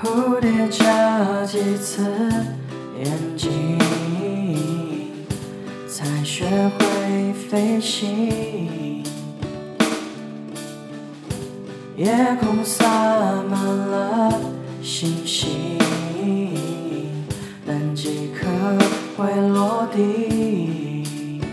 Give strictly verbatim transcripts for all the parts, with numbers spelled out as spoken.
蝴蝶眨几次眼睛，才学会飞行。夜空洒满了星星，但几颗会落地。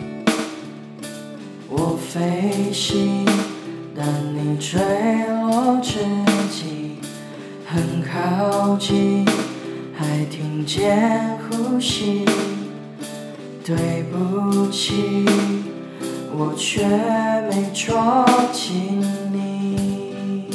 我飞行，但你坠落之际很靠近，还听见呼吸。对不起，我却没捉紧你。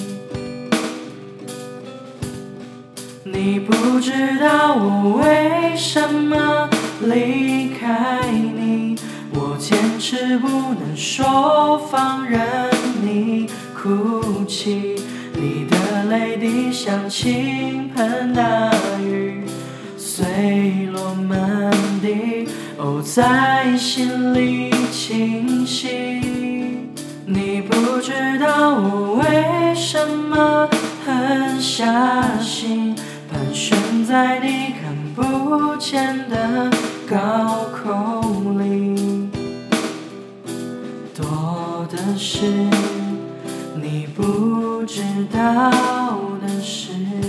你不知道我为什么离开你，我坚持不能说放任你哭泣。你的泪滴像倾盆大雨，碎落满地，哦，在心里清晰。你不知道我为什么狠下心，盘旋在你看不见的高空里，多的是你不知道的事。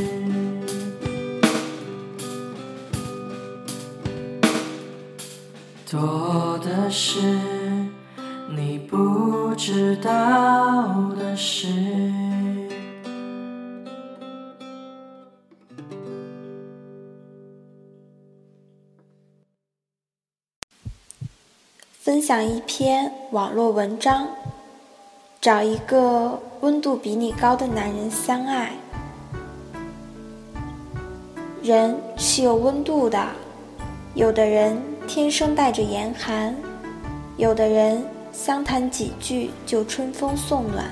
多的是你不知道的事。 分享一篇网络文章，找一个温度比你高的男人相爱。人是有温度的，有的人天生带着严寒，有的人相谈几句就春风送暖。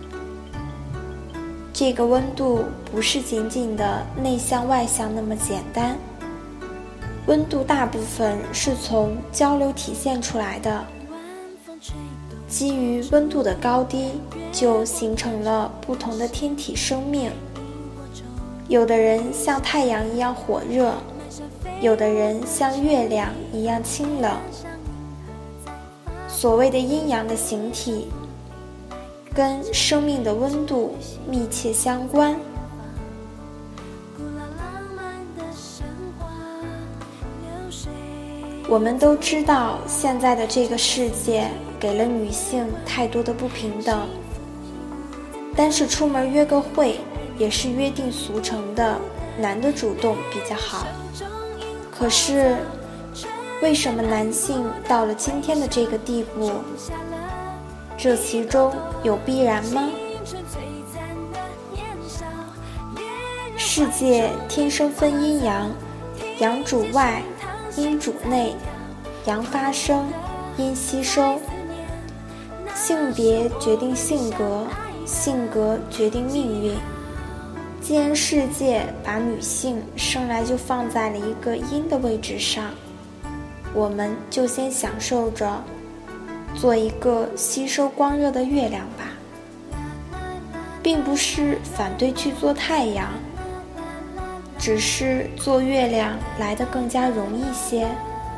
这个温度不是仅仅的内向外向那么简单，温度大部分是从交流体现出来的。基于温度的高低，就形成了不同的天体生命。有的人像太阳一样火热，有的人像月亮一样清冷。所谓的阴阳的形体，跟生命的温度密切相关。我们都知道，现在的这个世界给了女性太多的不平等，但是出门约个会也是约定俗成的，男的主动比较好。可是为什么男性到了今天的这个地步？这其中有必然吗？世界天生分阴阳，阳主外，阴主内，阳发生，阴吸收。性别决定性格，性格决定命运。既然世界把女性生来就放在了一个阴的位置上，我们就先享受着做一个吸收光热的月亮吧。并不是反对去做太阳，只是做月亮来得更加容易些。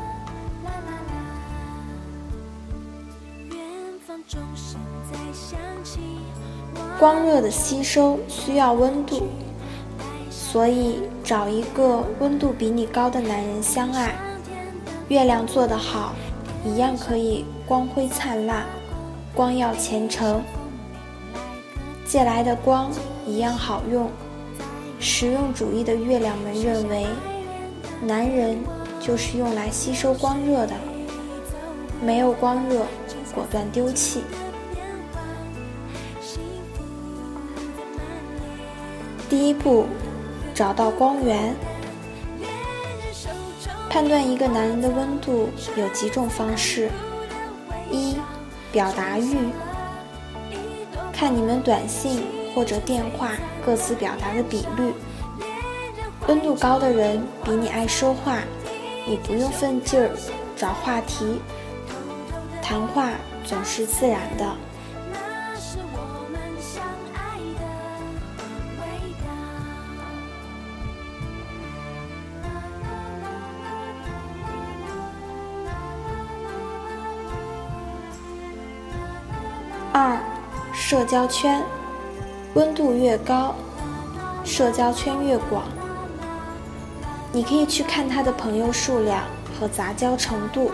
光热的吸收需要温度，所以找一个温度比你高的男人相爱。月亮做得好，一样可以光辉灿烂，光耀前程。借来的光一样好用。实用主义的月亮们认为，男人就是用来吸收光热的，没有光热，果断丢弃。第一步，找到光源。判断一个男人的温度有几种方式：一、表达欲，看你们短信或者电话各自表达的比率。温度高的人比你爱说话，你不用费劲儿找话题，谈话总是自然的。 二、社交圈，温度越高，社交圈越广。你可以去看他的朋友数量和杂交程度，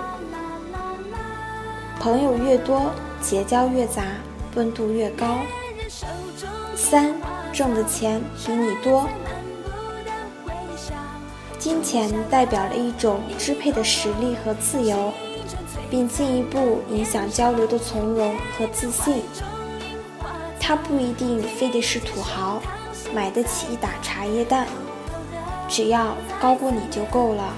朋友越多，结交越杂，温度越高。三、挣的钱比你多，金钱代表了一种支配的实力和自由，并进一步影响交流的从容和自信。它不一定非得是土豪，买得起一打茶叶蛋，只要高过你就够了。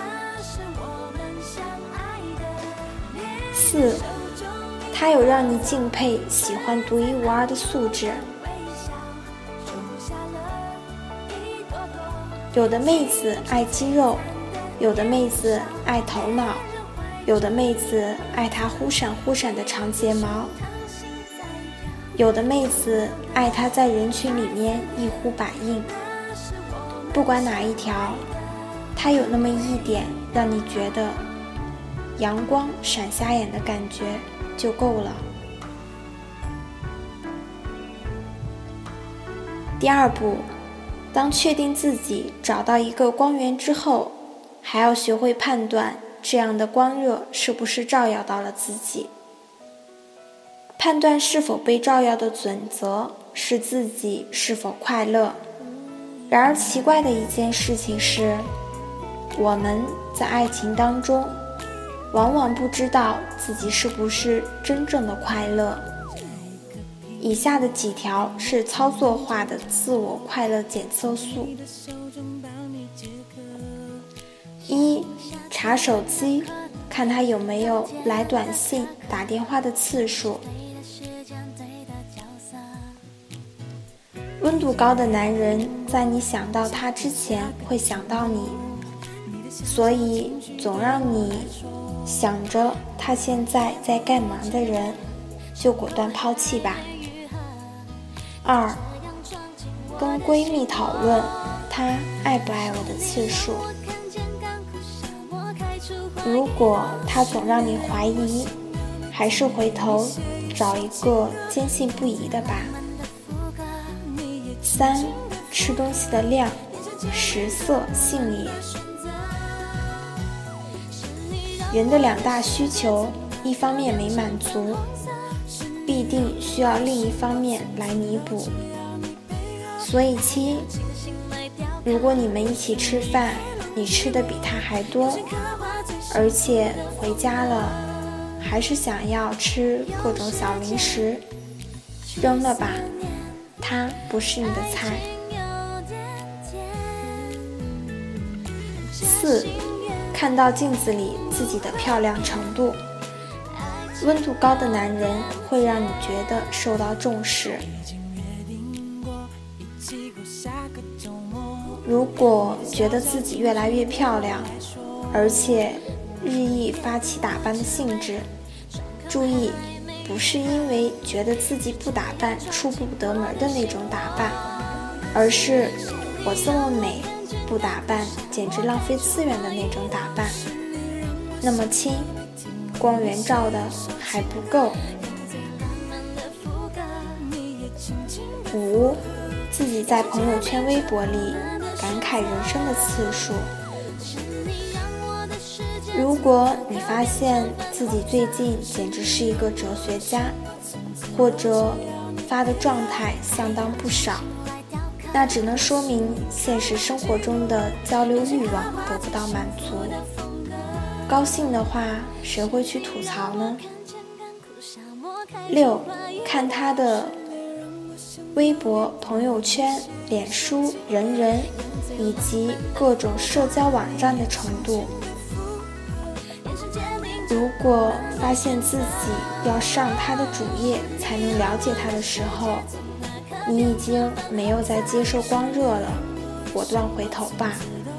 四、它有让你敬佩、喜欢独一无二的素质。有的妹子爱肌肉，有的妹子爱头脑，有的妹子爱她忽闪忽闪的长睫毛，有的妹子爱她在人群里面一呼百应。不管哪一条，它有那么一点让你觉得阳光闪瞎眼的感觉就够了。第二步，当确定自己找到一个光源之后，还要学会判断这样的光热是不是照耀到了自己。判断是否被照耀的准则是自己是否快乐。然而奇怪的一件事情是，我们在爱情当中往往不知道自己是不是真正的快乐。以下的几条是操作化的自我快乐检测术。一、查手机，看他有没有来短信、打电话的次数。温度高的男人在你想到他之前会想到你，所以总让你想着他现在在干嘛的人，就果断抛弃吧。二、跟闺蜜讨论她爱不爱我的次数。如果她总让你怀疑，还是回头找一个坚信不疑的吧。三、吃东西的量，食色性也。人的两大需求，一方面没满足，必定需要另一方面来弥补。所以七，如果你们一起吃饭，你吃的比他还多，而且回家了还是想要吃各种小零食，扔了吧，他不是你的菜。四、看到镜子里自己的漂亮程度。温度高的男人会让你觉得受到重视。如果觉得自己越来越漂亮，而且日益发起打扮的兴致，注意，不是因为觉得自己不打扮出不得门的那种打扮，而是我这么美，不打扮简直浪费资源的那种打扮。那么亲，光源照的还不够。五、自己在朋友圈、微博里感慨人生的次数。如果你发现自己最近简直是一个哲学家，或者发的状态相当不少，那只能说明现实生活中的交流欲望得不到满足。高兴的话，谁会去吐槽呢？六、看他的微博、朋友圈、脸书、人人以及各种社交网站的程度。如果发现自己要上他的主页才能了解他的时候，你已经没有再接受光热了，果断回头吧。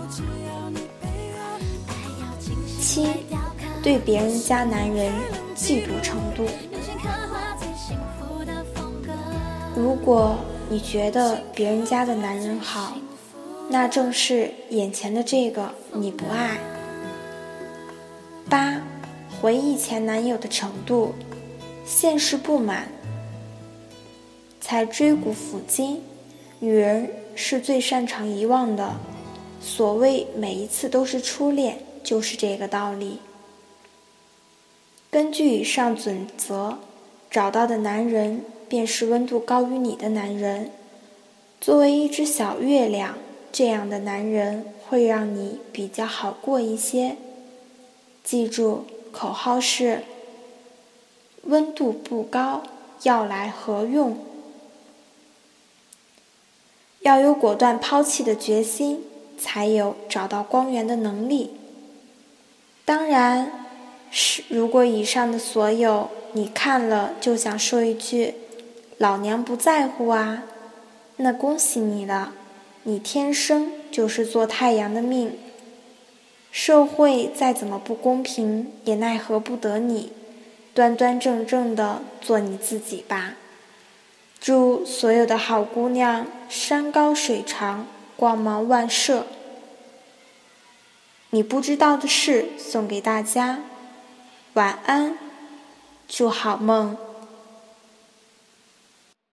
七、对别人家男人嫉妒程度。如果你觉得别人家的男人好，那正是眼前的这个你不爱。八、回忆前男友的程度，现实不满， 才追古抚今。女人是最擅长遗忘的，所谓每一次都是初恋，就是这个道理。根据以上准则，找到的男人便是温度高于你的男人。作为一只小月亮，这样的男人会让你比较好过一些。记住，口号是：温度不高，要来何用？要有果断抛弃的决心，才有找到光源的能力。当然，是如果以上的所有你看了就想说一句“老娘不在乎啊”，那恭喜你了，你天生就是做太阳的命。社会再怎么不公平，也奈何不得你，端端正正的做你自己吧。祝所有的好姑娘山高水长，光芒万射。你不知道的事送给大家，晚安，祝好梦。